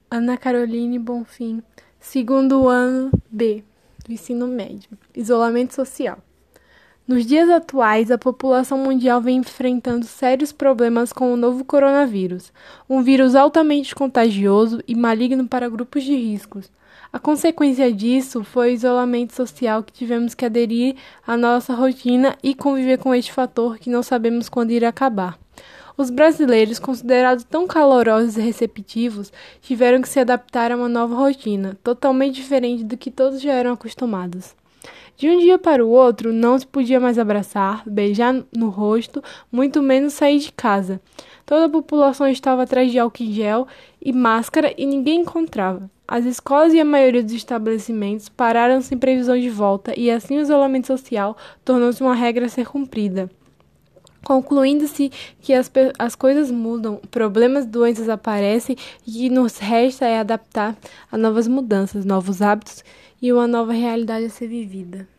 Ana Caroline Bonfim, segundo ano B do ensino médio. Isolamento social. Nos dias atuais, a população mundial vem enfrentando sérios problemas com o novo coronavírus, um vírus altamente contagioso e maligno para grupos de riscos. A consequência disso foi o isolamento social que tivemos que aderir à nossa rotina e conviver com este fator que não sabemos quando irá acabar. Os brasileiros, considerados tão calorosos e receptivos, tiveram que se adaptar a uma nova rotina, totalmente diferente do que todos já eram acostumados. De um dia para o outro, não se podia mais abraçar, beijar no rosto, muito menos sair de casa. Toda a população estava atrás de álcool em gel e máscara e ninguém encontrava. As escolas e a maioria dos estabelecimentos pararam sem previsão de volta e assim o isolamento social tornou-se uma regra a ser cumprida. Concluindo-se que as coisas mudam, problemas, doenças aparecem e que nos resta é adaptar a novas mudanças, novos hábitos e uma nova realidade a ser vivida.